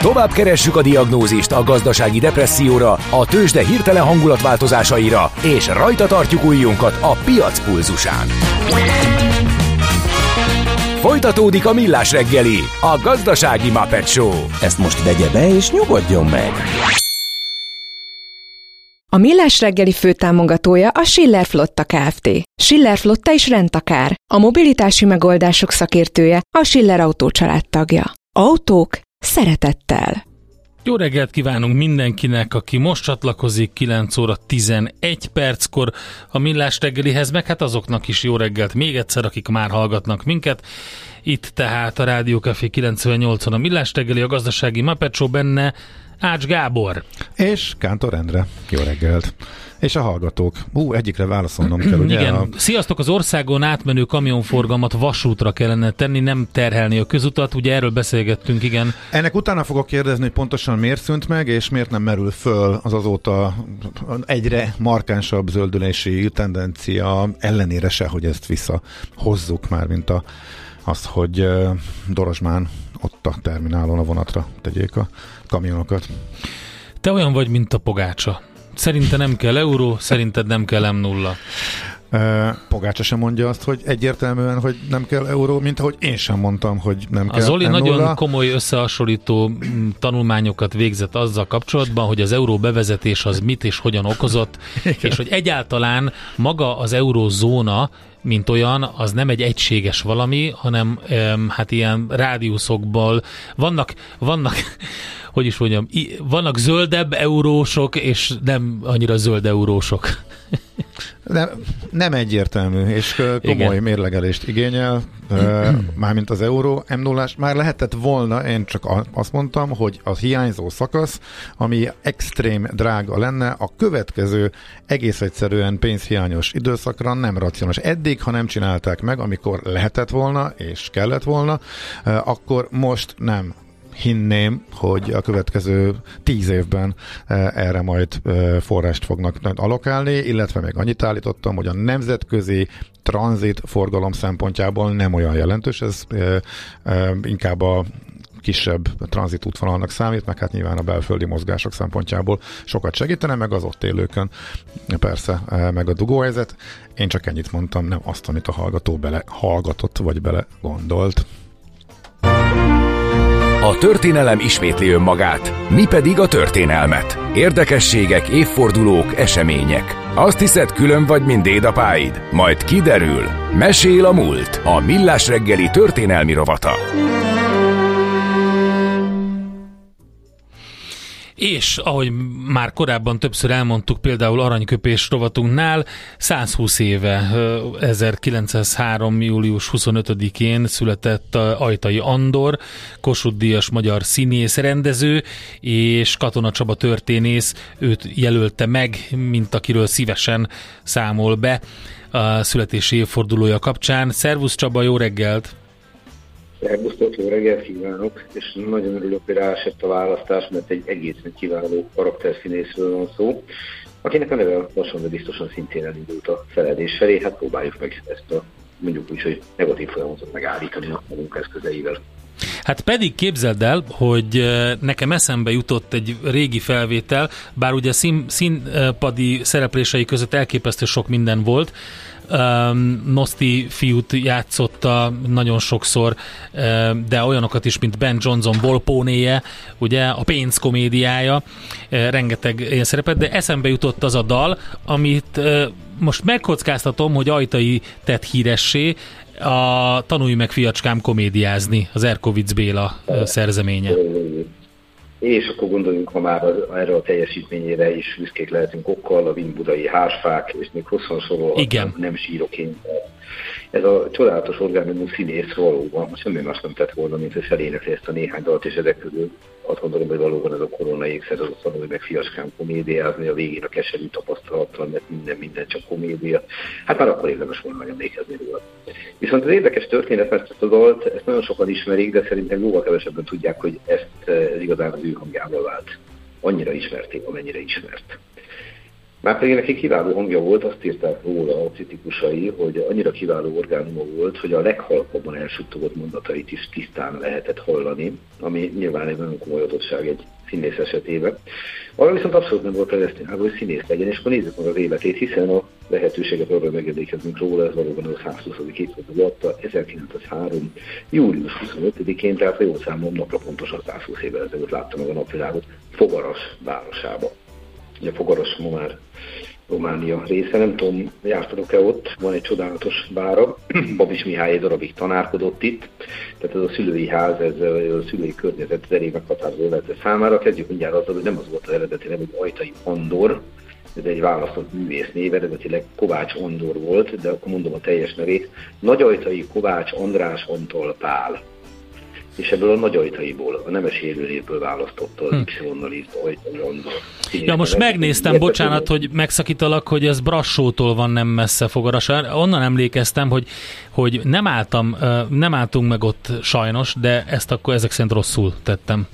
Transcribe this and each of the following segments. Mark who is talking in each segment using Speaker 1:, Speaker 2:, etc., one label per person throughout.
Speaker 1: Tovább keressük a diagnózist a gazdasági depresszióra, a tőzsde hirtelen hangulatváltozásaira, és rajta tartjuk ujjunkat a piac pulzusán. Folytatódik a Millás reggeli, a gazdasági Muppet Show.
Speaker 2: Ezt most vegye be és nyugodjon meg!
Speaker 3: A Millás reggeli főtámogatója a Schiller Flotta Kft. Schiller Flotta is rendtakár. A mobilitási megoldások szakértője, a Schiller Autó család tagja. Autók szeretettel.
Speaker 4: Jó reggelt kívánunk mindenkinek, aki most csatlakozik 9 óra 11 perckor a Millás reggelihez, meg hát azoknak is jó reggelt még egyszer, akik már hallgatnak minket. Itt tehát a Rádió Café 98-on a Millás reggeli, a gazdasági Muppet Show, benne Ács Gábor.
Speaker 5: És Kántor Endre. Jó reggelt. És a hallgatók. Egyikre válaszolnom kell, ugye?
Speaker 4: Igen. Sziasztok, az országon átmenő kamionforgalmat vasútra kellene tenni, nem terhelni a közutat, ugye erről beszélgettünk, igen.
Speaker 5: Ennek utána fogok kérdezni, hogy pontosan miért szűnt meg, és miért nem merül föl az azóta egyre markánsabb zöldülési tendencia ellenére se, hogy ezt visszahozzuk már, mint azt, hogy Dorozsmán ott a terminálon a vonatra tegyék a kamionokat.
Speaker 4: Te olyan vagy, mint a pogácsa. Szerinted nem kell euró, szerinted nem kell M0.
Speaker 5: Pogácsa sem mondja azt, hogy egyértelműen, hogy nem kell euró, mint ahogy én sem mondtam, hogy nem kell
Speaker 4: A Zoli
Speaker 5: M0.
Speaker 4: nagyon komoly összehasonlító tanulmányokat végzett azzal kapcsolatban, hogy az euró bevezetés az mit és hogyan okozott, és hogy egyáltalán maga az eurózóna, mint olyan, az nem egy egységes valami, hanem hát ilyen rádiuszokból vannak hogy is mondjam, vannak zöldebb eurósok, és nem annyira zöld eurósok.
Speaker 5: Nem egyértelmű, és komoly mérlegelést igényel, mármint az euró M0-ás. Már lehetett volna, én csak azt mondtam, hogy a hiányzó szakasz, ami extrém drága lenne, a következő egész egyszerűen pénzhiányos időszakra nem racionális. Eddig, ha nem csinálták meg, amikor lehetett volna, és kellett volna, akkor most nem hinném, hogy a következő 10 évben erre majd forrást fognak allokálni, illetve még annyit állítottam, hogy a nemzetközi tranzit forgalom szempontjából nem olyan jelentős, ez inkább a kisebb tranzit útvonalnak számít, meg hát nyilván a belföldi mozgások szempontjából sokat segítene, meg az ott élőkön persze, meg a dugóhelyzet. Én csak ennyit mondtam, nem azt, amit a hallgató hallgatott, vagy bele gondolt.
Speaker 1: A történelem ismétli önmagát, mi pedig a történelmet. Érdekességek, évfordulók, események. Azt hiszed, külön vagy, mint dédapáid? Majd kiderül. Mesél a múlt. A Millás reggeli történelmi rovata.
Speaker 4: És ahogy már korábban többször elmondtuk, például aranyköpés rovatunknál 120 éve, 1903. július 25-én született Ajtai Andor, Kossuth-díjas magyar színész, rendező, és Katona Csaba történész őt jelölte meg, mint akiről szívesen számol be a születési évfordulója kapcsán. Szervusz Csaba, jó reggelt!
Speaker 6: Szervusztok, jó reggelt kívánok, és nagyon örülök, hogy ráesett a választás, mert egy egészen kiváló karakterszínészről van szó, akinek a neve lassan, de biztosan szintén elindult a feledés felé. Hát próbáljuk meg ezt a, mondjuk úgy, hogy negatív folyamatot megállítani a magunk eszközeivel.
Speaker 4: Hát pedig képzeld el, hogy nekem eszembe jutott egy régi felvétel, bár ugye színpadi szereplései között elképesztő sok minden volt. Noszti fiút játszotta nagyon sokszor, de olyanokat is, mint Ben Johnson Bolpónéje, ugye a pénz komédiája, rengeteg ilyen szerepet, de eszembe jutott az a dal, amit most megkockáztatom, hogy Ajtai tett híressé, a Tanulj meg fiacskám komédiázni, az Erkovics Béla szerzeménye.
Speaker 6: És akkor gondoljunk, ha már erre a teljesítményére is büszkék lehetünk okkal, a Wien-budai házfák, és még hosszan sorolhatnám, nem sírok én. Ez a csodálatos orgánumú színész valóban semmi más nem tett volna, mint hogy felénekli ezt a néhány dalt, és ezek közül azt gondolom, hogy valóban ez a koronaékszer, az a Tanulj meg fiacskám komédiázni, a végén a keserű tapasztalattal, mert minden csak komédia. Hát már akkor érdemes volna megemlékezni róla. Viszont az érdekes történet, mert ezt a dalt, ezt nagyon sokan ismerik, de szerintem jóval kevesebben tudják, hogy ez igazán az ő hangjával vált. Annyira ismerték, amennyire ismert. Márpedig neki kiváló hangja volt, azt írták róla a kritikusai, hogy annyira kiváló orgánuma volt, hogy a leghalkabban elsuttogott mondatait is tisztán lehetett hallani, ami nyilván egy nagyon komoly adottság egy színész esetében. Arra viszont abszolút nem volt predesztinálva, hogy színész legyen, és akkor nézzük meg az életét, hiszen a lehetőséget arra megemlékezünk róla, ez valóban a 120. évforduló adta 1903. július 25-én, tehát ha jól számolom, napra pontosan 120 évvel ezelőtt látta meg a napvilágot Fogaras városába. Ugye Fogaras ma már Románia része, nem tudom, jártatok-e ott, van egy csodálatos vára, Babis Mihály egy darabig tanárkodott itt, tehát ez a szülői ház, ez a szülői környezet elég meghatározó lehet számára. Kezdjük mindjárt azzal, hogy nem az volt az eredeti neve, hogy Ajtai Andor, ez egy választott művész név, eredetileg Kovács Andor volt, de akkor mondom a teljes nevét, Nagyajtai Kovács András Antol Pál. És ebből a Nagyajtaiból, a nemes élőnévből választotta az Y-nal írt Ajtai Andor.
Speaker 4: Ja, most megnéztem, bocsánat, hogy megszakítalak, hogy ez Brassótól van nem messze Fogaras. Onnan emlékeztem, hogy nem álltunk meg ott sajnos, de ezt akkor ezek szerint rosszul tettem.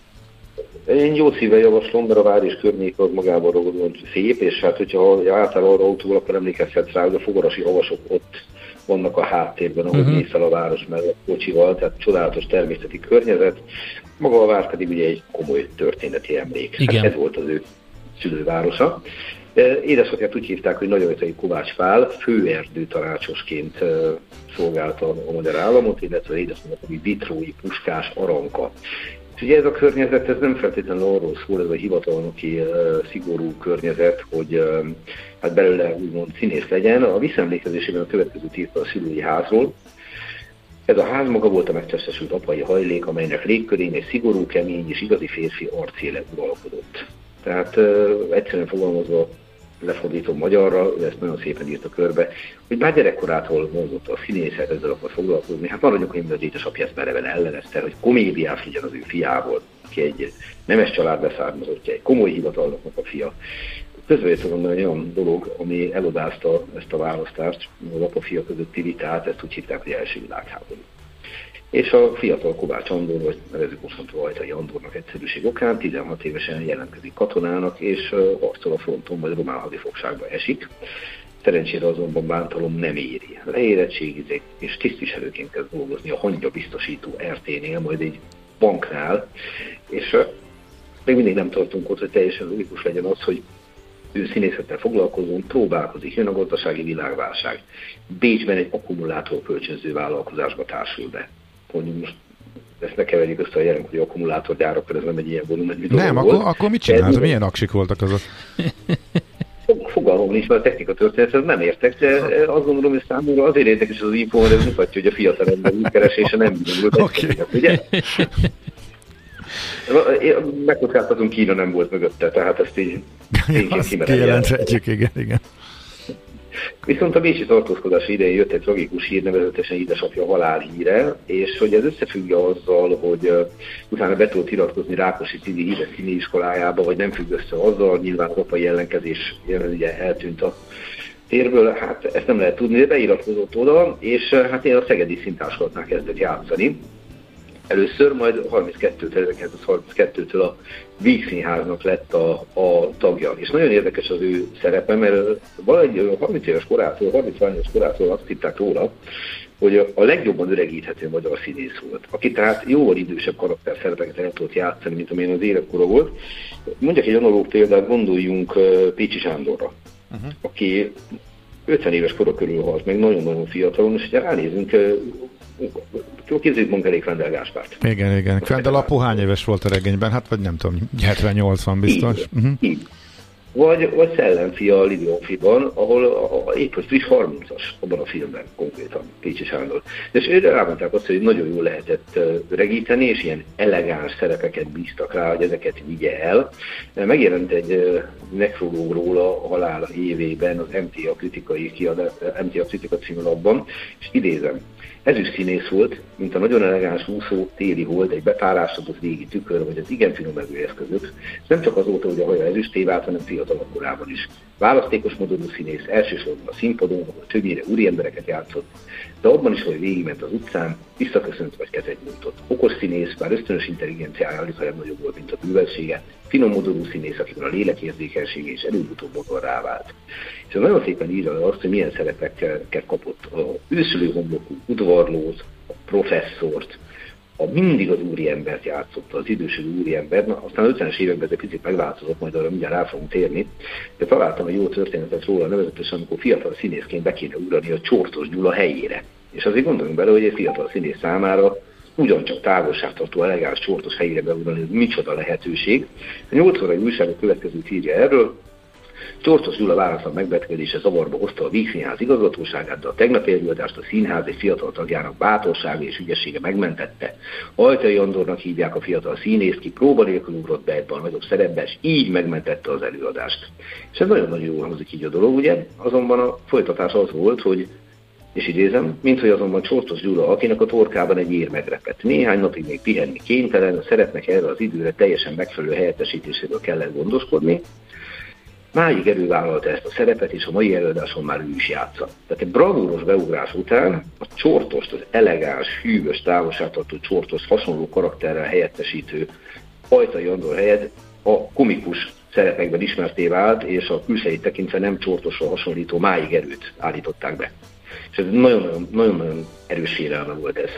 Speaker 6: Én jó szívvel javaslom, mert a vár és környék az magában ragadóan szép, és hát hogyha álltál arra autóval, akkor emlékezhetsz rá, hogy a fogarasi havasok ott vannak a háttérben, ahogy mész fel a város mellett kocsival, tehát csodálatos természeti környezet. Maga a vár pedig ugye egy komoly történeti emlék. Hát ez volt az ő szülővárosa. Édesapját úgy hívták, hogy Nagyajtai Kovács Pál, főerdő tanácsosként szolgálta a magyar államot, illetve édesapja pedig Vitrói Puskás Aranka. És ugye ez a környezet, ez nem feltétlenül arról szól, ez a hivatalnoki szigorú környezet, hogy hát belőle úgymond színész legyen. A visszaemlékezésében a következőt írta a szülői házról. Ez a ház maga volt a megtestesült apai hajlék, amelynek légkörén egy szigorú, kemény és igazi férfi arcéle uralkodott. Tehát egyszerűen fogalmazva, lefordítom magyarra, ő ezt nagyon szépen írta körbe, hogy bár gyerekkorától vonzott a színészet, ezzel akar foglalkozni, hát maradjunk, hogy az édesapja ezt mereven ellenezte, hogy komédiás legyen az ő fiából, aki egy nemes család beszármazottja, egy komoly hivatalnoknak a fia. Közben jött azonban egy olyan dolog, ami elodázta ezt a választást, az apa-fia közötti vitát, ezt úgy hívták, hogy első világháború. És a fiatal Kovács Andor, vagy nevezzük mostantól Ajtai Andornak egyszerűség okán, 16 évesen jelentkezik katonának, és harcol a fronton, majd román hadifogságba esik. Szerencsére azonban bántalom nem éri. Leérettségizik, és tisztviselőként kezd dolgozni a hangya biztosító RT-nél, majd egy banknál, és még mindig nem tartunk ott, hogy teljesen logikus legyen az, hogy ő színészettel foglalkozón, próbálkozik, jön a gazdasági világválság. Bécsben egy akkumulátor kölcsönző vállalkozásba társul be. Mondjuk most ezt ne keverjük össze a jelenkori akkumulátorgyárokkal, ez nem egy ilyen volumenű dolog.
Speaker 5: Nem, akkor mit csinálsz? Milyen aksik voltak azok?
Speaker 6: Fogalmam nincs, mert a technika történet, nem értek, de azt gondolom, hogy számomra azért érdekes az info, mert ez mutatja, hogy a fiatal ember útkeresése nem bizonyult. Ugye? Megkockáztatunk, Kína nem volt mögötte, tehát ezt így
Speaker 5: kijelenthetjük, igen.
Speaker 6: Viszont a bécsi tartózkodás idején jött egy tragikus hír, nevezetesen édesapja halálhíre, és hogy ez összefügg azzal, hogy utána be tudott iratkozni Rákosi Tidi híres színiiskolájába, vagy nem függ össze azzal, nyilván az apai ellenkezés ugye eltűnt a térből, hát ezt nem lehet tudni, de beiratkozott oda, és hát én a szegedi színtársatnál kezdett játszani. Először, majd 1932-től a Víg Színháznak lett a tagja. És nagyon érdekes az ő szerepe, mert valahogy 30 éves korától azt hitták róla, hogy a legjobban öregíthető magyar színész volt, aki tehát jóval idősebb karakterszerepeket el tudott játszani, mint amilyen az életkora volt. Mondjak egy analóg példát, gondoljunk Pécsi Sándorra, aki 50 éves kora körül halt meg, nagyon-nagyon fiatalon, és ha ránézünk, képzeljük Munkerék Vendel Gáspárt.
Speaker 5: Igen. Vendel apu hány éves volt a regényben? Hát vagy nem tudom, 70-80 biztos.
Speaker 6: Így. Vagy Szellemfia a Lidionfiban, ahol épp hogy friss 30-as abban a filmben konkrétan, Pécsi Sándor. És őre rámondták azt, hogy nagyon jól lehetett öregíteni, és ilyen elegáns szerepeket bíztak rá, hogy ezeket vigye el. Megjelent egy nekrológ róla a halála évében az MTA Kritika című lapban, és idézem: ezüst színész volt, mint a nagyon elegáns úszó téli hold, egy bepárásodott régi tükör, vagy az igen finom evőeszközök. Nem csak azóta, hogy a haja ezüsté vált, hanem fiatalabb korában is. Választékos modorú színész, elsősorban a színpadon, ahol többnyire úriembereket játszott. de abban is, hogy végigment az utcán, visszaköszönt vagy kezet nyújtott. Okos színész, bár ösztönös intelligenciája alig hanem nagyobb volt, mint a bűvelsége, finom modorú színész, akiben a lélekérzékenysége és előbb-utóbb modorrá vált. És nagyon szépen írja le azt, hogy milyen szerepeket kapott. A őszülő homlokú udvarlót, a professzort, a mindig az úriembert játszotta, az idősödő úriember, aztán 50-es években ez egy picit megváltozott, majd arra mindjárt rá fogunk térni, de találtam egy jó történetet róla, nevezetesen, amikor fiatal színészként be kéne ugrani a Csortos Gyula helyére. És azért gondoljunk bele, hogy egy fiatal színész számára ugyancsak távolságtartó, elegáns Csortos helyére beugrani, micsoda lehetőség. A 8 órai újság a következőt írja erről. Csortos Gyula váratlan megbetegedése zavarba hozta a Víg Színház igazgatóságát, de a tegnapi előadást a színház egy fiatal tagjának bátorsága és ügyessége megmentette. Ajtai Andornak hívják a fiatal színészt, ki próba nélkül ugrott be ebbe a nagyobb szerepbe, és így megmentette az előadást. És ez nagyon-nagyon jól hangzik így a dolog, ugye? Azonban a folytatás az volt, hogy, és idézem, minthogy azonban Csortos Gyula, akinek a torkában egy ér megrepett. Néhány napig még pihenni kénytelen, a szerepnek erre az időre teljesen megfelelő helyettesítéséről kellett gondoskodni. Máig erővállalta ezt a szerepet, és a mai előadáson már ő is játsza. Tehát egy bravúros beugrás után a Csortost, az elegáns, hűvös, távolságtartó Csortost hasonló karakterrel helyettesítő Ajtai Andor helyett a komikus szerepekben ismerté vált, és a külsejét tekintve nem Csortosra hasonlító Máig erőt állították be. És ez nagyon-nagyon erős sérelme volt ez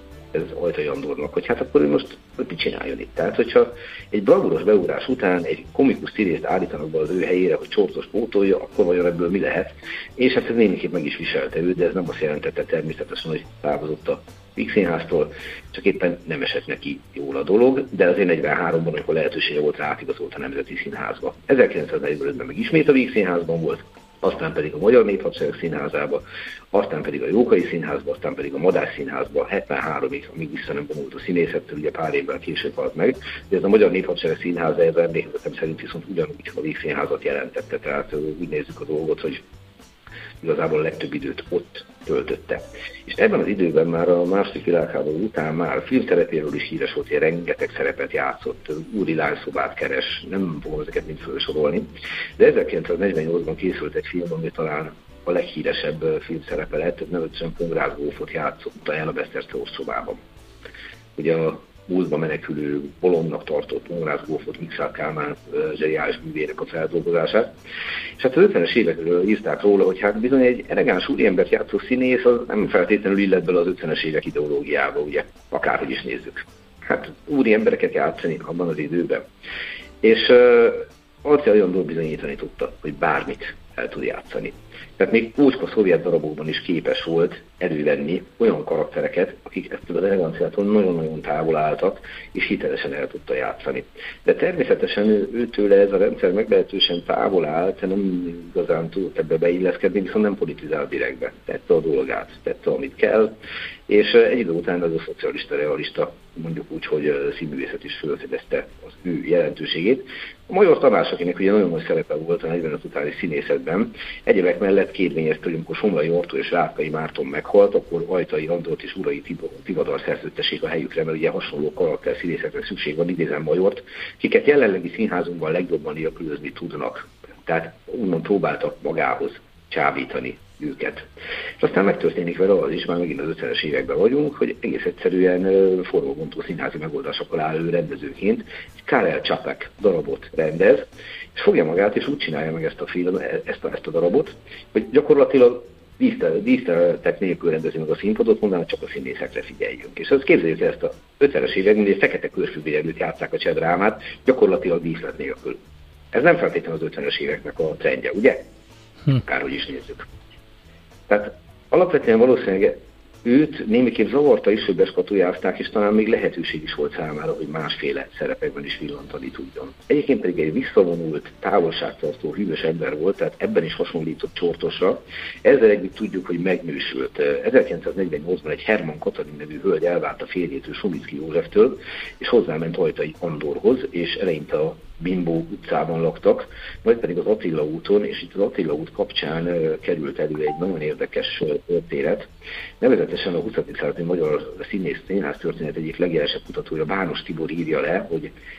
Speaker 6: Ajtai Andornak, hogy hát akkor ő most mit csináljon itt. Tehát, hogyha egy bravúros beugrás után egy komikus színészt állítanak be az ő helyére, hogy Csortos pótolja, akkor vajon ebből mi lehet? És hát ez némiképp meg is viselte őt, de ez nem azt jelentette természetesen, hogy távozott a Víg Színháztól, csak éppen nem esett neki jól a dolog, de azért 43-ban, amikor lehetősége volt rá, átigazolt a Nemzeti Színházba. 1945-ben meg ismét a Víg Színházban volt, aztán pedig a Magyar Néphadsereg Színházába, aztán pedig a Jókai Színházba, aztán pedig a Madách Színházba, 73-ig, amíg vissza nem vonult a színészettől, ugye pár évvel később halt meg, de ez a Magyar Néphadsereg Színháza, ez emlékezetem szerint viszont ugyanúgy a Víg Színházat jelentette, tehát úgy nézzük a dolgot, hogy igazából a legtöbb időt ott töltötte. És ebben az időben már a második világháború után már filmszerepéről is híres volt, hogy rengeteg szerepet játszott, úri lányszobát keres, nem fogom ezeket mind felsorolni, de 1948-ban készült egy film, ami talán a leghíresebb filmszerepe lett, nevezetesen Pongrácz grófot játszotta el a Beszterce szobában. Ugye a múltba menekülő bolondnak tartott Pongrácz grófot Mikszáth Kálmán zseniális művének a feldolgozását. És hát az 50-es évekről írták róla, hogy hát bizony egy elegáns úriembert játszó színész az nem feltétlenül illet bele az 50-es évek ideológiába, ugye, akárhogy is nézzük. Hát úri embereket játszani abban az időben. És Ajtai Andor bizonyítani tudta, hogy bármit el tud játszani. Tehát még úgyka szovjet darabokban is képes volt elővenni olyan karaktereket, akik ettől az eleganciától nagyon-nagyon távol álltak, és hitelesen el tudta játszani. De természetesen őtőle ez a rendszer meglehetősen távol állt, nem igazán tudott ebbe beilleszkedni, viszont nem politizált direktbe. Tette a dolgát, tette amit kell, és egy idő után ez a szocialista, realista, mondjuk úgy, hogy színművészet is fölfedezte az ő jelentőségét. A Major Tamás, akinek ugye nagyon nagy szerepe volt a 45 utáni színészetben, egyebek mellett kérvényezte, hogy amikor Somlai Artúr és Rákai Márton meghalt, akkor Ajtai Andort és Urai Tivadar szerződtessék a helyükre, mert ugye hasonló karakter színészetre szükség van, idézem Majort, kiket jelenlegi színházunkban legjobban nélkülözni tudnak. Tehát úgymond próbáltak magához csábítani őket. És aztán megtörténik vele az is, már megint az 50-es években vagyunk, hogy egész egyszerűen forróbontó színházi megoldásokkal áll ő rendezőként, egy Karel Čapek darabot rendez, és fogja magát, és úgy csinálja meg ezt a darabot, hogy gyakorlatilag díszteletek nélkül rendezi meg a színpadot, mondanak, csak a színészekre figyeljünk. És azt képzeljük el ezt a 50-es években, hogy fekete körfüggönyelőt játsszák a csedrámát, gyakorlatilag díszlet nélkül. Ez nem feltétlenül az 50-es éveknek a trendje, ugye? Akárhogy is nézzük. Tehát alapvetően valószínűleg őt némiképp zavarta is, hogy beskatujázták, és talán még lehetőség is volt számára, hogy másféle szerepekben is villantani tudjon. Egyébként pedig egy visszavonult, távolságtartó, hűvös ember volt, tehát ebben is hasonlított Csortosra. Ezzel együtt tudjuk, hogy megnősült. 1948-ban egy Herman Katalin nevű hölgy elvált a férjétől, Somicki Józseftől, és hozzáment Ajtai Andorhoz, és eleinte a Bimbó utcában laktak, majd pedig az Attila úton, és itt az Attila út kapcsán került elő egy nagyon érdekes történet. Nevezetesen a 20. századi magyar színház történet egyik legjelesebb kutatója, Bános Tibor írja le, hogy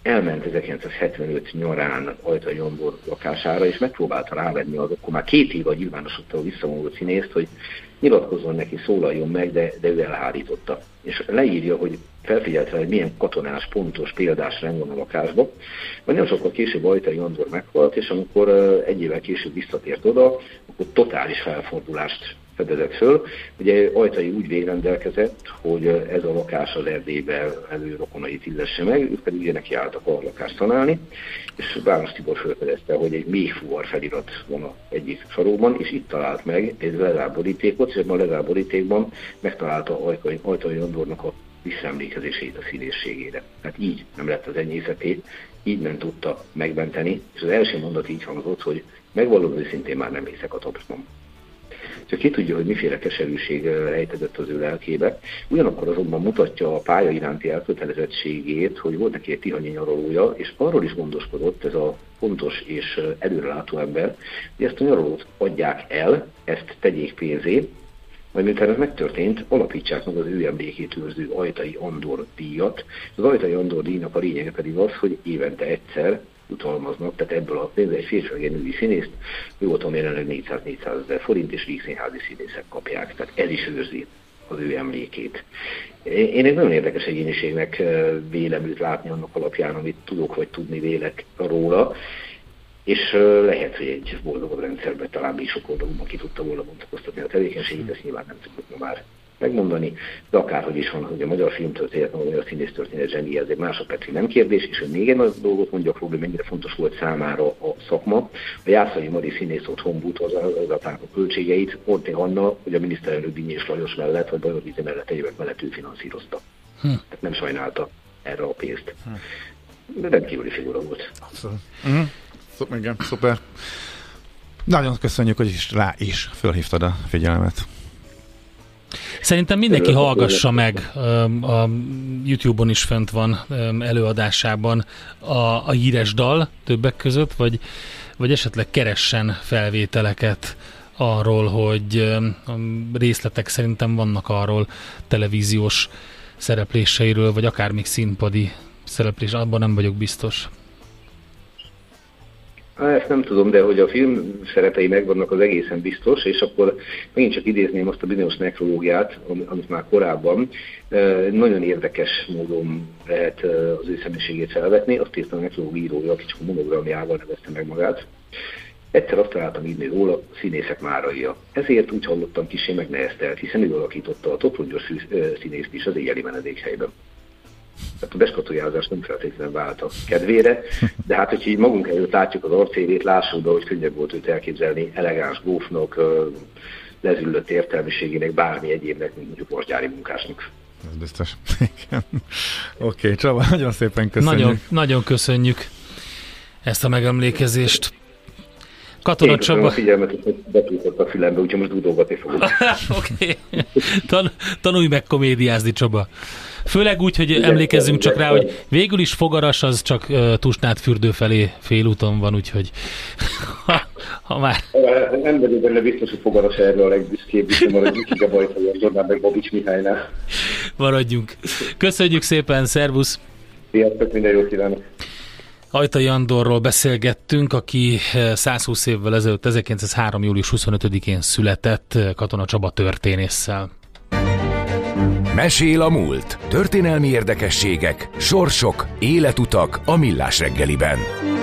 Speaker 6: elment 1975 nyarán Ajtai Andor lakására, és megpróbálta rávenni az akkor már 2 éve nyilvánosodta visszavonuló színészt, hogy nyilatkozzon neki, szólaljon meg, de ő elhárította. És leírja, hogy felfigyelte, hogy milyen katonás, pontos, példás rend van a lakásban. Majd nem sokkal később Ajtai Andor meghalt, és amikor 1 évvel később visszatért oda, akkor totális felfordulást fedezett föl. Ugye Ajtai úgy végrendelkezett, hogy ez a lakás az Erdélyben elő rokonait illesse meg, ők pedig ugye neki álltak a lakást szanálni, és Vámos Tibor felfedezte, hogy egy méhfuvar felirat van az egyik sarokban, és itt talált meg egy lezárborítékot, és ebben a lezárborítékban megtalálta Ajtai Andornak a visszaemlékezését a színészségére. Tehát így nem lett az enyészeté, így nem tudta megmenteni, és az első mondat így hangzott, hogy megvallom őszintén, már nem hiszek a tapsban. Csak ki tudja, hogy miféle keserűség rejtezett az ő lelkébe. Ugyanakkor azonban mutatja a pálya iránti elkötelezettségét, hogy volt neki egy tihanyi nyaralója, és arról is gondoskodott ez a fontos és előrelátó ember, hogy ezt a nyaralót adják el, ezt tegyék pénzé, majd miután ez megtörtént, alapítsák meg az ő emlékét őrző Ajtai Andor díjat. Az Ajtai Andor díjnak a lényege pedig az, hogy évente egyszer jutalmaznak, tehát ebből a pénz egy férfi vagy egy női színészt, ő volt a jelenleg 400-400 ezer forint, és vígszínházi színészek kapják. Tehát ez is őrzi az ő emlékét. Én egy nagyon érdekes egyéniségnek vélem őt látni annak alapján, amit tudok vagy tudni vélek róla, és lehet, hogy egy boldogabb rendszerben talán még sok oldalúban ki tudta volna bontakoztatni a tevékenységét, ezt nyilván nem tudjuk már megmondani, de akárhogy is van, hogy a magyar filmtörténet, a magyar színésztörténet zseni, ez egy másodpercig nem kérdés, és hogy még egy nagy dolgot mondjak róla, hogy mennyire fontos volt számára a szakma. A Jászai Mari színész otthon bútorzatának a költségeit Orti Anna, hogy a miniszterelnök Dinnyés Lajos mellett, vagy Bajor Vize mellett egyébek mellett ő finanszírozta. Tehát nem sajnálta erre a pénzt. De rendkívüli figura volt.
Speaker 5: Abszolút. Igen, szuper. Nagyon köszönjük, hogy rá is fölhívtad a figyelmet.
Speaker 4: Szerintem mindenki hallgassa meg, a YouTube-on is fent van előadásában a híres dal többek között, vagy esetleg keressen felvételeket arról, hogy részletek szerintem vannak arról televíziós szerepléseiről, vagy akár még színpadi szereplés, abban nem vagyok biztos.
Speaker 6: Ezt nem tudom, de hogy a film szerepei megvannak, az egészen biztos, és akkor megint csak idézném azt a bizonyos nekrológiát, amit már korábban nagyon érdekes módon lehet az ő személyiségét felvetni. Azt írta a nekrológia írója, aki csak a monogramjával nevezte meg magát. Egyszer azt találtam írni róla, színészek máraija. Ezért úgy hallottam kissé megneheztelt, hiszen ő alakította a toplongyos színészt is az éjjeli menedékhelyben. Tehát a beskatujázás nem feltétlenül vált a kedvére, de hát, hogyha így magunk előtt látjuk az arcévét, lássuk be, hogy könnyebb volt őt elképzelni elegáns gófnak, lezüllött értelmiségének, bármi egyébnek, mint mondjuk vasgyári munkásnak.
Speaker 5: Ez biztos. Oké, Csaba, nagyon szépen köszönjük.
Speaker 4: Nagyon köszönjük ezt a megemlékezést. Katona Csaba...
Speaker 6: a figyelmet, hogy betűzött a fülembe, úgyhogy most dudolgatni fogok.
Speaker 4: Oké. Tanulj meg komédiázni, Csaba. Főleg úgy, hogy emlékezzünk csak rá, hogy végül is Fogaras az csak Tusnád fürdő felé félúton van, úgyhogy ha már...
Speaker 6: Nem vagyok benne biztos, hogy Fogaras erről a legbüszkébb, hiszen maradjunk így a Bajtai Andornál, meg Babics Mihálynál.
Speaker 4: Maradjunk. Köszönjük szépen, szervusz!
Speaker 6: Sziasztok, minden jót kívánok!
Speaker 4: Ajtai Andorról beszélgettünk, aki 120 évvel ezelőtt, 1903. július 25-én született, Katona Csaba történésszel.
Speaker 1: Mesél a múlt. Történelmi érdekességek, sorsok, életutak a Millás reggeliben.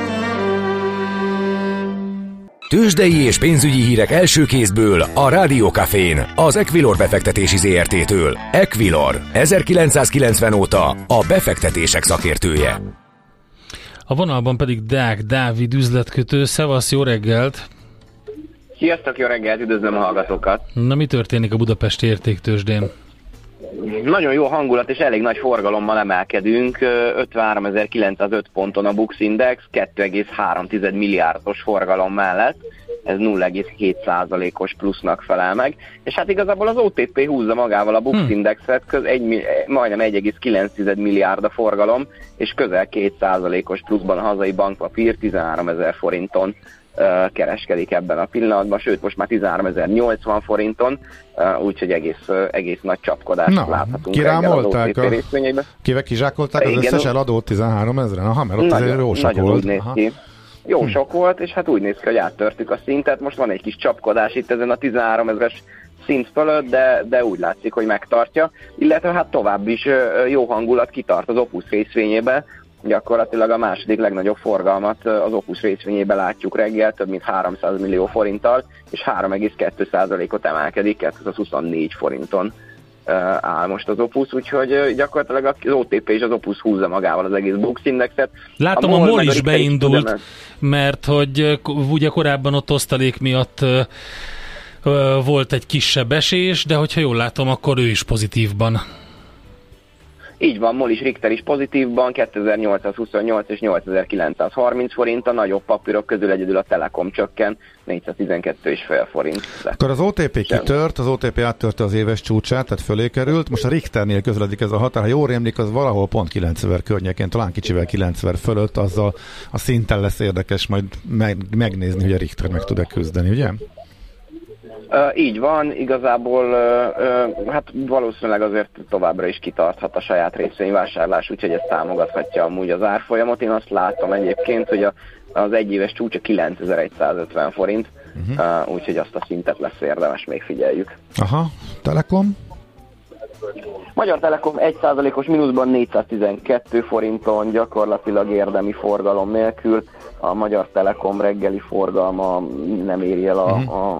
Speaker 1: Tőzsdei és pénzügyi hírek első kézből a Rádió Cafén, az Equilor befektetési ZRT-től. Equilor, 1990 óta a befektetések szakértője.
Speaker 4: A vonalban pedig Deák Dávid üzletkötő. Szevasz, jó reggelt!
Speaker 7: Sziasztok, jó reggelt, üdvözlöm a hallgatókat!
Speaker 4: Na, mi történik a budapesti értéktőzsdén?
Speaker 7: Nagyon jó hangulat és elég nagy forgalommal emelkedünk, 53.905 ponton a Bux Index, 2,3 milliárdos forgalom mellett, ez 0,7%-os plusznak felel meg, és hát igazából az OTP húzza magával a Bux Indexet, majdnem 1,9 milliárd a forgalom, és közel 2%-os pluszban a hazai bankpapír 13 000 forinton kereskedik ebben a pillanatban, sőt most már 13.080 forinton, úgyhogy egész nagy csapkodást láthatunk
Speaker 5: az OTP részvényeiben. Kizsákolták az összes eladót 13 000-en? Aha, mert ott azért jó sok volt.
Speaker 7: Úgy néz ki. Jó sok volt, és hát úgy néz ki, hogy áttörtük a szintet, most van egy kis csapkodás itt ezen a 13 000-es szint fölött, de úgy látszik, hogy megtartja, illetve hát tovább is jó hangulat kitart az Opus részvényébe, gyakorlatilag a második legnagyobb forgalmat az Opus részvényébe látjuk reggel, több mint 300 millió forinttal, és 3,2%-ot emelkedik, 224 forinton áll most az Opus, úgyhogy gyakorlatilag az OTP és az Opus húzza magával az egész Bux Indexet.
Speaker 4: Látom, a MOL is beindult, mert hogy ugye korábban ott osztalék miatt volt egy kisebb esés, de hogyha jól látom, akkor ő is pozitívban.
Speaker 7: Így van, MOL is, Richter is pozitívban, 2828 és 8930 forint, a nagyobb papírok közül egyedül a Telekom csökken, 412,5 forint.
Speaker 5: Akkor az OTP kitört, az OTP áttörte az éves csúcsát, tehát fölé került, most a Richternél közeledik ez a határ, ha jól rémlik, az valahol pont 90 környékén, talán kicsivel 90 fölött, azzal a szinten lesz érdekes majd megnézni, hogy a Richter meg tud-e küzdeni, ugye?
Speaker 7: Így van, igazából hát valószínűleg azért továbbra is kitarthat a saját részvényvásárlás, úgyhogy ez támogathatja amúgy az árfolyamot. Én azt látom egyébként, hogy az egyéves csúcsa 9150 forint, úgyhogy azt a szintet lesz érdemes, még figyeljük.
Speaker 5: Aha, Telekom?
Speaker 7: Magyar Telekom 1%-os mínuszban 412 forinton, gyakorlatilag érdemi forgalom nélkül. A Magyar Telekom reggeli forgalma nem éri el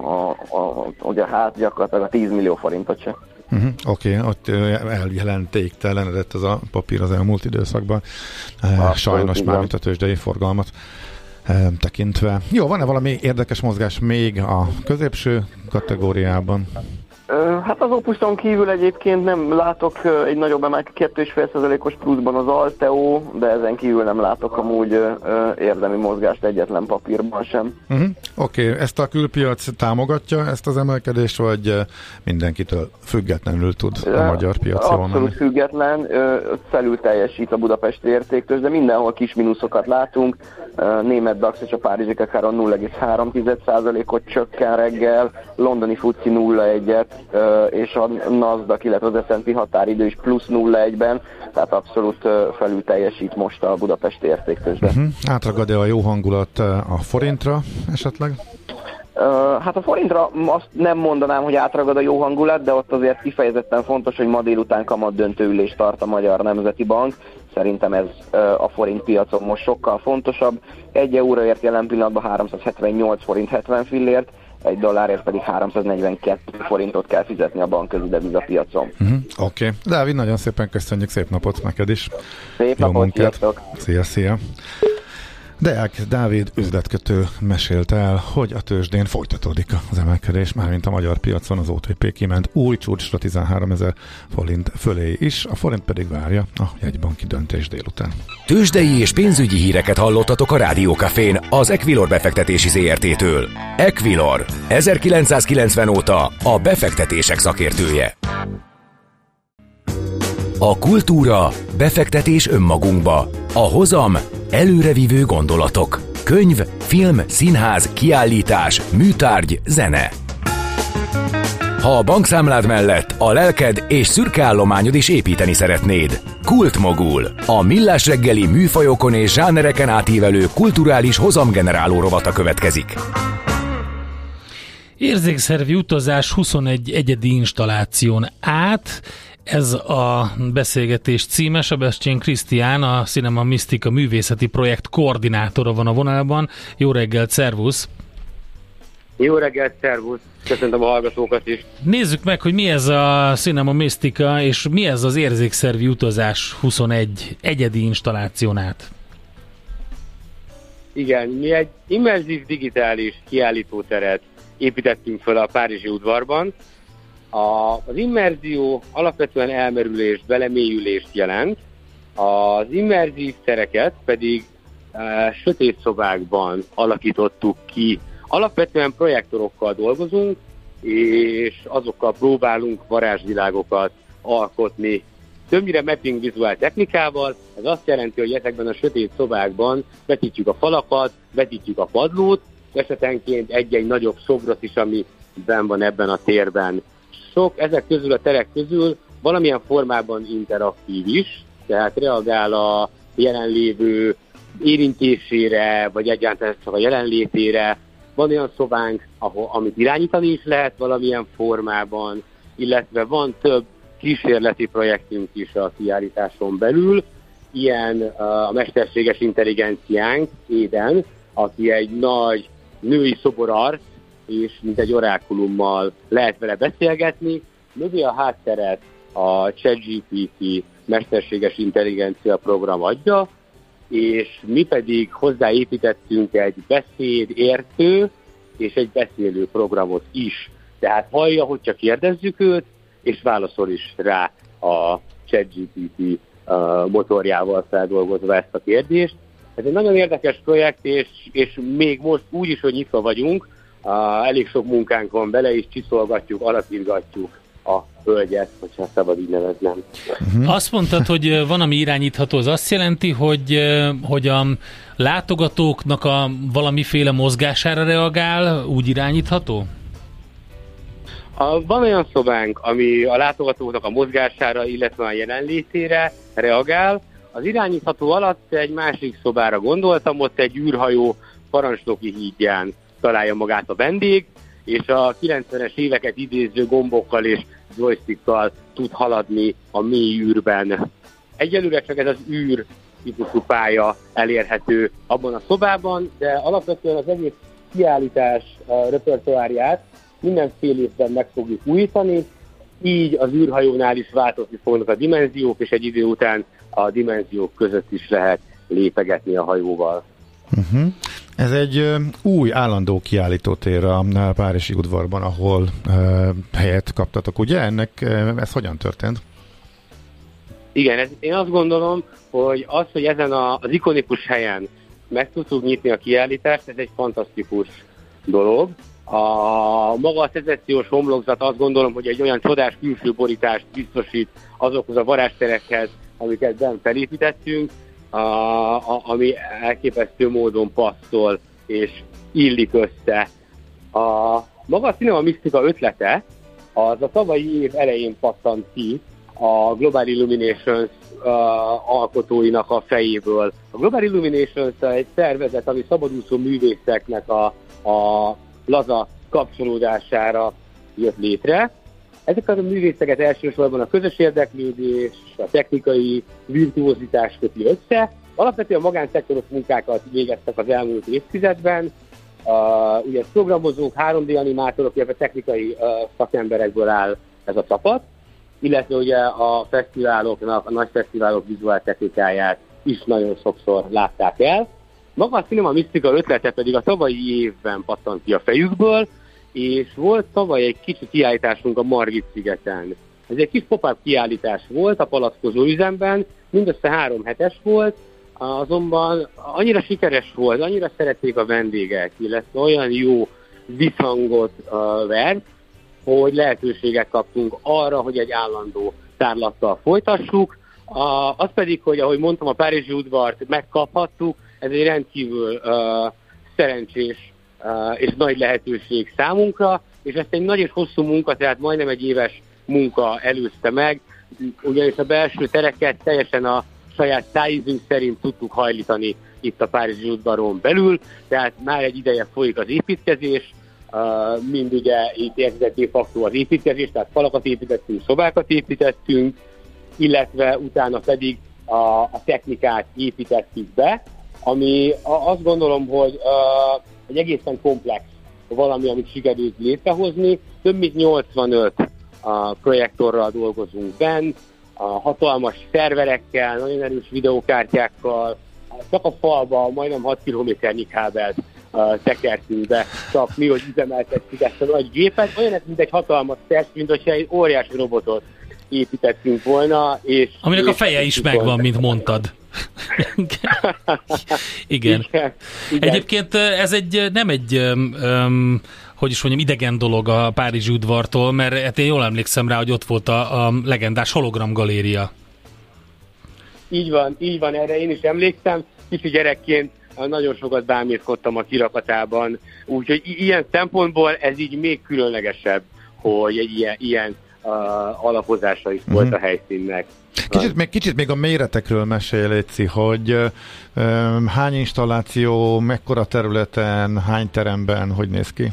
Speaker 7: ugye hát gyakorlatilag a 10 millió forintot se.
Speaker 5: Oké, ott eljelentéktelenedett ez a papír az elmúlt időszakban. Sajnos már, mint a tőzsdei forgalmat tekintve. Jó, van-e valami érdekes mozgás még a középső kategóriában?
Speaker 7: Hát az Opuson kívül egyébként nem látok egy nagyobb emelkedést, 2,5%-os pluszban az Alteo, de ezen kívül nem látok amúgy érdemi mozgást egyetlen papírban sem.
Speaker 5: Oké, ezt a külpiac támogatja, ezt az emelkedést, vagy mindenkitől függetlenül tud a magyar piac jól menni?
Speaker 7: Abszolút független, felül teljesít a budapesti értéktőzsde, de mindenhol kis mínuszokat látunk. Német DAX és a párizsi Kakaron 0,3%-ot csökken reggel, londoni FTSE 0,1-et, és a NASDAQ, illetve az S&P határidő is plusz 0,1-ben, tehát abszolút felül teljesít most a budapesti értéktőzsde.
Speaker 5: Átragad-e a jó hangulat a forintra esetleg?
Speaker 7: Hát a forintra azt nem mondanám, hogy átragad a jó hangulat, de ott azért kifejezetten fontos, hogy ma délután kamatdöntő ülést tart a Magyar Nemzeti Bank. Szerintem ez a forint piacon most sokkal fontosabb. 1 euróért jelen pillanatban 378 forint 70 fillért, egy dollárért pedig 342 forintot kell fizetni a bankközi devizapiacon.
Speaker 5: Oké. Dávid, nagyon szépen köszönjük, szép napot neked is.
Speaker 7: Szép napot, sziasztok!
Speaker 5: Szia! Deák Dávid üzletkötő mesélt el, hogy a tőzsdén folytatódik az emelkedés, mármint a magyar piacon az OTP kiment új csúcsra 13 000 forint fölé is, a forint pedig várja a jegybanki döntés délután.
Speaker 1: Tőzsdei és pénzügyi híreket hallottatok a Rádiókafén az Equilor befektetési ZRT-től. Equilor, 1990 óta a befektetések szakértője. A kultúra, befektetés önmagunkba. A hozam, előrevívő gondolatok. Könyv, film, színház, kiállítás, műtárgy, zene. Ha a bankszámlád mellett a lelked és szürke állományod is építeni szeretnéd. Kultmogul, a millás reggeli műfajokon és zsánereken átívelő kulturális hozamgeneráló rovata következik.
Speaker 4: Érzékszervi utazás 21 egyedi installáción át. Ez a beszélgetés címe. Sebestyén Krisztián, a Cinema Mystica művészeti projekt koordinátora van a vonalban. Jó reggelt, szervusz!
Speaker 8: Jó reggelt, szervusz! Köszöntöm a hallgatókat is!
Speaker 4: Nézzük meg, hogy mi ez a Cinema Mystica, és mi ez az érzékszervi utazás 21 egyedi installáción át.
Speaker 8: Igen, mi egy immerzív digitális kiállítóteret építettünk fel a Párizsi udvarban. Az immerzió alapvetően elmerülést, belemélyülést jelent, az immerzív tereket pedig sötét szobákban alakítottuk ki. Alapvetően projektorokkal dolgozunk, és azokkal próbálunk varázsvilágokat alkotni. Többnyire mapping vizuál technikával, ez azt jelenti, hogy ezekben a sötét szobákban vetítjük a falakat, vetítjük a padlót, esetenként egy-egy nagyobb szobrot is, ami benn van ebben a térben. Sok ezek közül a terek közül valamilyen formában interaktív is, tehát reagál a jelenlévő érintésére, vagy egyáltalán csak a jelenlétére. Van olyan szobánk, amit irányítani is lehet valamilyen formában, illetve van több kísérleti projektünk is a kiállításon belül. Ilyen a mesterséges intelligenciánk, Éden, aki egy nagy női szoborarc, és mint egy orákulummal lehet vele beszélgetni. Mögé a hátteret a ChatGPT mesterséges intelligencia program adja, és mi pedig hozzáépítettünk egy beszédértő és egy beszélő programot is. Tehát hallja, hogy csak kérdezzük őt, és válaszol is rá a ChatGPT motorjával feldolgozva ezt a kérdést. Ez egy nagyon érdekes projekt, és még most úgy is, hogy nyitva vagyunk, elég sok munkánk van bele, és csiszolgatjuk, alapítgatjuk a hölgyet, hogyha szabad így neveznem.
Speaker 4: Azt mondtad, hogy van, ami irányítható, az azt jelenti, hogy a látogatóknak a valamiféle mozgására reagál, úgy irányítható?
Speaker 8: Van olyan szobánk, ami a látogatóknak a mozgására, illetve a jelenlétére reagál. Az irányítható alatt egy másik szobára gondoltam, ott egy űrhajó parancsnoki hídján találja magát a vendég, és a 90-es éveket idéző gombokkal és joystickkal tud haladni a mély űrben. Egyelőre csak ez az űr típusú pálya elérhető abban a szobában, de alapvetően az egész kiállítás repertoárját mindenfél évben meg fogjuk újítani, így az űrhajónál is változni fognak a dimenziók, és egy idő után a dimenziók között is lehet lépegetni a hajóval.
Speaker 5: Ez egy új állandó kiállítótér a Párizsi udvarban, ahol helyet kaptatok, ugye? Ez hogyan történt?
Speaker 8: Igen, én azt gondolom, hogy ezen az ikonikus helyen meg tudtuk nyitni a kiállítást, ez egy fantasztikus dolog. Maga a szecessziós homlokzat azt gondolom, hogy egy olyan csodás külső borítást biztosít azokhoz a varázsterekhez, amiket benn felépítettünk, ami elképesztő módon passzol és illik össze. Maga a Cinema Mystica ötlete az a tavalyi év elején pattant ki a Global Illuminations alkotóinak a fejéből. A Global Illuminations egy szervezet, ami szabadúszó művészeknek a laza kapcsolódására jött létre. Ezeket a művészeket elsősorban a közös érdeklődés, a technikai virtuózitás köti össze. Alapvetően magánszektoros munkákat végeztek az elmúlt évtizedben. Ugye programozók, 3D animátorok, illetve technikai szakemberekből áll ez a csapat, illetve ugye a fesztiváloknak, a nagy fesztiválok vizuál technikáját is nagyon sokszor látták el. Maga a Cinema Mystica ötlete pedig a tavalyi évben pattant ki a fejükből, és volt tavaly egy kicsi kiállításunk a Margit-szigeten. Ez egy kis pop-up kiállítás volt a palackozó üzemben, mindössze 3 hetes volt, azonban annyira sikeres volt, annyira szerették a vendégek, illetve olyan jó visszhangot vert, hogy lehetőséget kaptunk arra, hogy egy állandó tárlattal folytassuk. Az pedig, hogy ahogy mondtam, a Párizsi udvart megkaphattuk, ez egy rendkívül szerencsés és nagy lehetőség számunkra, és ezt egy nagy és hosszú munka, tehát majdnem egy éves munka előzte meg, ugyanis a belső tereket teljesen a saját szájízünk szerint tudtuk hajlítani itt a Párizsi udvaron belül, tehát már egy ideje folyik az építkezés, mind ugye itt érkezett de facto az építkezés, tehát falakat építettünk, szobákat építettünk, illetve utána pedig a technikát építettük be, ami azt gondolom, hogy egy egészen komplex valami, amit sikerült létrehozni. Több mint 85 projektorral dolgozunk bent, hatalmas szerverekkel, nagyon erős videókártyákkal, csak a falba majdnem 6 kilométernyi kábelt tekertünk be, csak mi, hogy üzemeltettük ezt a nagy gépet, olyan, mint egy hatalmas test, mint hogyha egy óriási robotot építettünk volna.
Speaker 4: Aminek a feje is megvan, mint mondtad. Igen. Egyébként ez nem egy hogy is mondjam, idegen dolog a Párizsi udvartól, mert hát én jól emlékszem rá, hogy ott volt a legendás hologram galéria.
Speaker 8: Így van, erre én is emlékszem. Kicsi gyerekként nagyon sokat bámészkodtam a kirakatában, úgyhogy ilyen szempontból ez így még különlegesebb, hogy egy ilyen alapozása is volt a helyszínnek.
Speaker 5: Kicsit még a méretekről mesélj, Léci, hogy hány installáció, mekkora területen, hány teremben, hogy néz ki?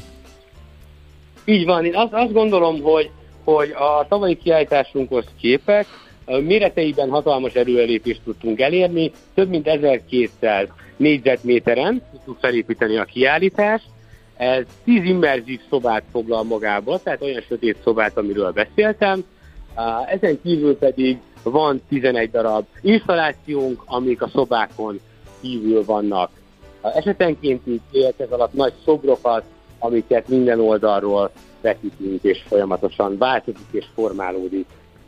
Speaker 8: Így van, én azt gondolom, hogy a tavalyi kiállításunkhoz képek méreteiben hatalmas erőrelépést tudtunk elérni, több mint 1200 négyzetméteren tudtuk felépíteni a kiállítást. Ez 10 immerzív szobát foglal magába, tehát olyan sötét szobát, amiről beszéltem. Ezen kívül pedig van 11 darab installációnk, amik a szobákon kívül vannak. Esetenként így ez alatt nagy szobrokat, amiket minden oldalról vetítünk, és folyamatosan változik és formálódik.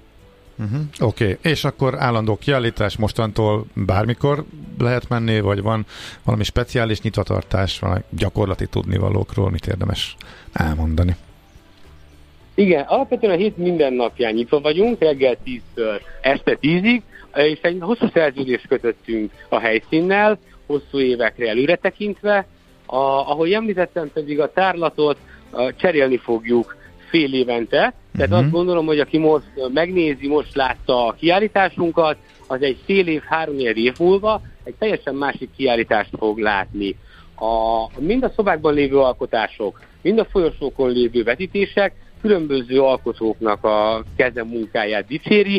Speaker 5: Oké. És akkor állandó kiállítás mostantól bármikor lehet menni, vagy van valami speciális nyitvatartás, valami gyakorlati tudnivalókról, mit érdemes elmondani?
Speaker 8: Igen, alapvetően a hét minden napján nyitva vagyunk, reggel 10-től este 10-ig, és egy hosszú szerződést kötöttünk a helyszínnel, hosszú évekre előre tekintve. Ahogy említettem, pedig a tárlatot cserélni fogjuk fél évente, tehát azt gondolom, hogy aki most megnézi, most látta a kiállításunkat, az egy fél év, 3 év múlva egy teljesen másik kiállítást fog látni. Mind a szobákban lévő alkotások, mind a folyosókon lévő vetítések különböző alkotóknak a keze munkáját dicséri.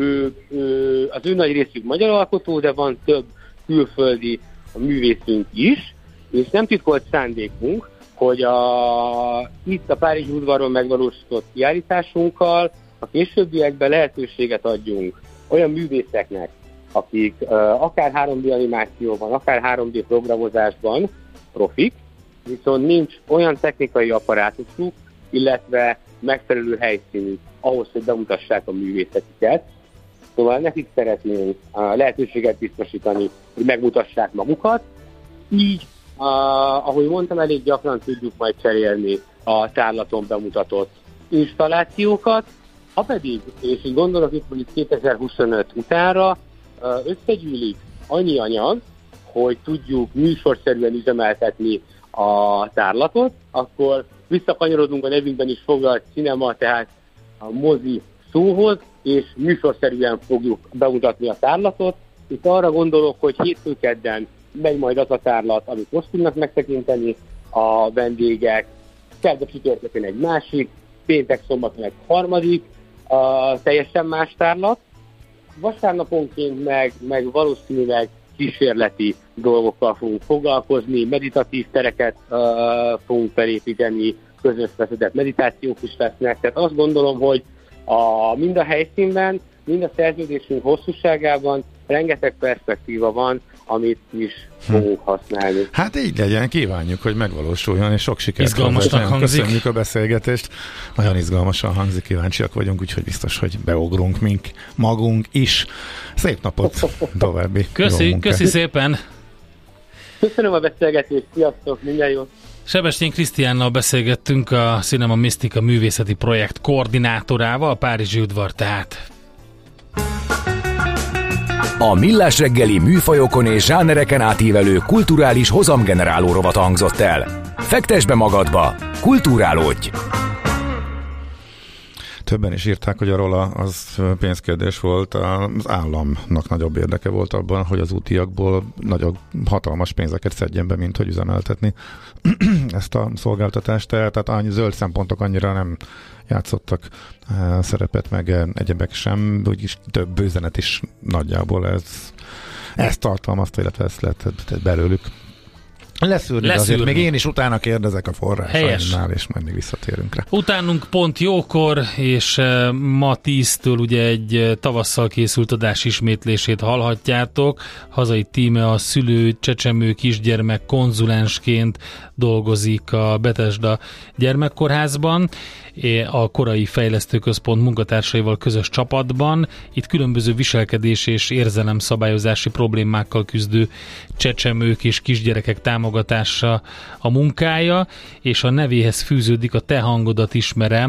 Speaker 8: Az ő nagy részük magyar alkotó, de van több külföldi művészünk is, és nem titkolt szándékunk, hogy itt a Párizsi udvaron megvalósított kiállításunkkal a későbbiekben lehetőséget adjunk olyan művészeknek, akik akár 3D animációban, akár 3D programozásban profik, viszont nincs olyan technikai apparátusuk, illetve megfelelő helyszínük ahhoz, hogy bemutassák a művészetiket. Szóval nekik szeretnénk lehetőséget biztosítani, hogy megmutassák magukat. Így, ahogy mondtam, elég gyakran tudjuk majd cserélni a tárlaton bemutatott installációkat. Ha pedig, és így gondolok itt, hogy 2025 utánra összegyűlik annyi anyag, hogy tudjuk műsorszerűen üzemeltetni a tárlatot, akkor visszakanyarodunk a nevünkben is foglalt cinema, tehát a mozi szóhoz, és műsorszerűen fogjuk bemutatni a tárlatot. Itt arra gondolok, hogy hétfő-kedden megy majd az a tárlat, amit most tudnak megtekinteni a vendégek, szerda-csütörtökön egy másik, péntek-szombaton egy harmadik, teljesen más tárlat. Vasárnaponként meg valószínűleg kísérleti dolgokkal fogunk foglalkozni, meditatív tereket fogunk felépíteni, közös vezetett meditációk is lesznek. Tehát azt gondolom, hogy mind a helyszínben, mind a szerződésünk hosszúságában rengeteg perspektíva van, amit is fogunk használni.
Speaker 5: Hát így legyen, kívánjuk, hogy megvalósuljon, és sok sikert.
Speaker 4: Izgalmasnak hangzik.
Speaker 5: Köszönjük a beszélgetést. Nagyon izgalmasan hangzik, kíváncsiak vagyunk, úgyhogy biztos, hogy beugrunk magunk is. Szép napot további.
Speaker 4: Köszi szépen.
Speaker 8: Köszönöm a beszélgetést, sziasztok, minden jót.
Speaker 4: Sebestyén Krisztiánnal beszélgettünk, a Cinema Mystica művészeti projekt koordinátorával, a Párizsi udvar tehát.
Speaker 1: A Millás reggeli műfajokon és zsánereken átívelő kulturális hozamgeneráló rovat hangzott el. Fektesd be magadba, kulturálódj!
Speaker 5: Többen is írták, hogy a rola az pénzkérdés volt, az államnak nagyobb érdeke volt abban, hogy az útiakból nagyobb, hatalmas pénzeket szedjen be, mint hogy üzemeltetni ezt a szolgáltatást. Tehát annyi zöld szempontok annyira nem játszottak szerepet, meg egyebek sem, úgyis több üzenet is nagyjából ez tartalmazta, illetve ezt lehet belőlük leszűrni. Azért még én is utána kérdezek a forrásaimnál, és majd még visszatérünk rá.
Speaker 4: Utánunk pont jókor, és ma 10-től ugye egy tavasszal készült adás ismétlését hallhatjátok. Hazai tíme a szülő, csecsemő, kisgyermek konzulensként dolgozik a Bethesda gyermekkórházban, a Korai Fejlesztőközpont munkatársaival közös csapatban. Itt különböző viselkedés és érzelemszabályozási problémákkal küzdő csecsemők és kisgyerekek támogatása a munkája, és a nevéhez fűződik a Te hangodat ismerem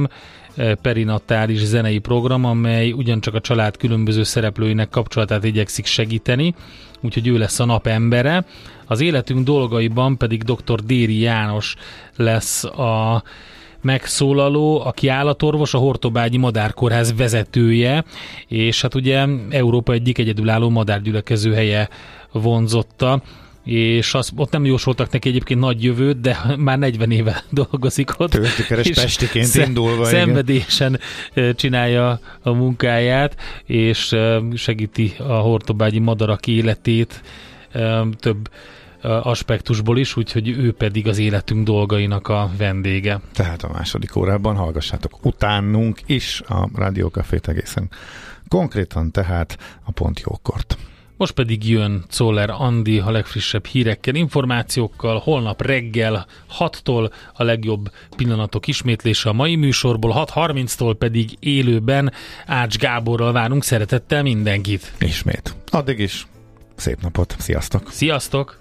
Speaker 4: perinatális zenei program, amely ugyancsak a család különböző szereplőinek kapcsolatát igyekszik segíteni, úgyhogy ő lesz a nap embere. Az életünk dolgaiban pedig dr. Déri János lesz a megszólaló, aki állatorvos, a Hortobágyi Madárkórház vezetője, és hát ugye Európa egyik egyedülálló madárgyülekező helye vonzotta, és ott nem jósoltak neki egyébként nagy jövőt, de már 40 éve dolgozik ott.
Speaker 5: Tőzsdikeres pestiként indulva.
Speaker 4: Szenvedélyesen csinálja a munkáját, és segíti a hortobágyi madarak életét több aspektusból is, úgyhogy ő pedig az életünk dolgainak a vendége.
Speaker 5: Tehát a második órában hallgassátok utánunk is a Rádió Cafét egészen konkrétan, tehát a pont jókort.
Speaker 4: Most pedig jön Czoller Andi a legfrissebb hírekkel, információkkal, holnap reggel 6-tól a legjobb pillanatok ismétlése a mai műsorból, 6:30-tól pedig élőben Ács Gáborral várunk szeretettel mindenkit.
Speaker 5: Ismét. Addig is szép napot, sziasztok!
Speaker 4: Sziasztok!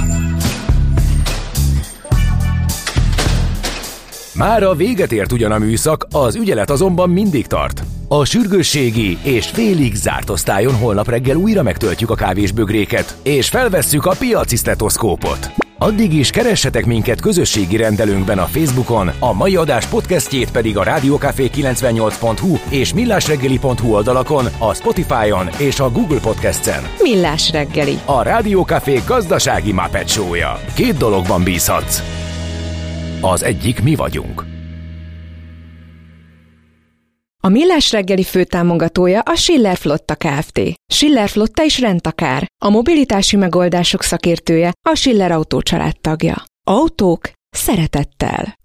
Speaker 1: Mára véget ért ugyan a műszak, az ügyelet azonban mindig tart. A sürgősségi és félig zárt osztályon holnap reggel újra megtöltjük a kávésbögréket, és felvesszük a piaci sztetoszkópot. Addig is keressetek minket közösségi rendelőnkben a Facebookon, a mai adás podcastjét pedig a rádiókafé98.hu és millásreggeli.hu oldalakon, a Spotify-on és a Google Podcast-en.
Speaker 3: Millás reggeli.
Speaker 1: A Rádió Café gazdasági Muppet show-ja. 2 dologban bízhatsz. Az egyik mi vagyunk.
Speaker 3: A Millás reggeli főtámogatója a Schiller Flotta Kft. Schiller Flotta is rendtakár. A mobilitási megoldások szakértője, a Schiller Autó család tagja. Autók szeretettel.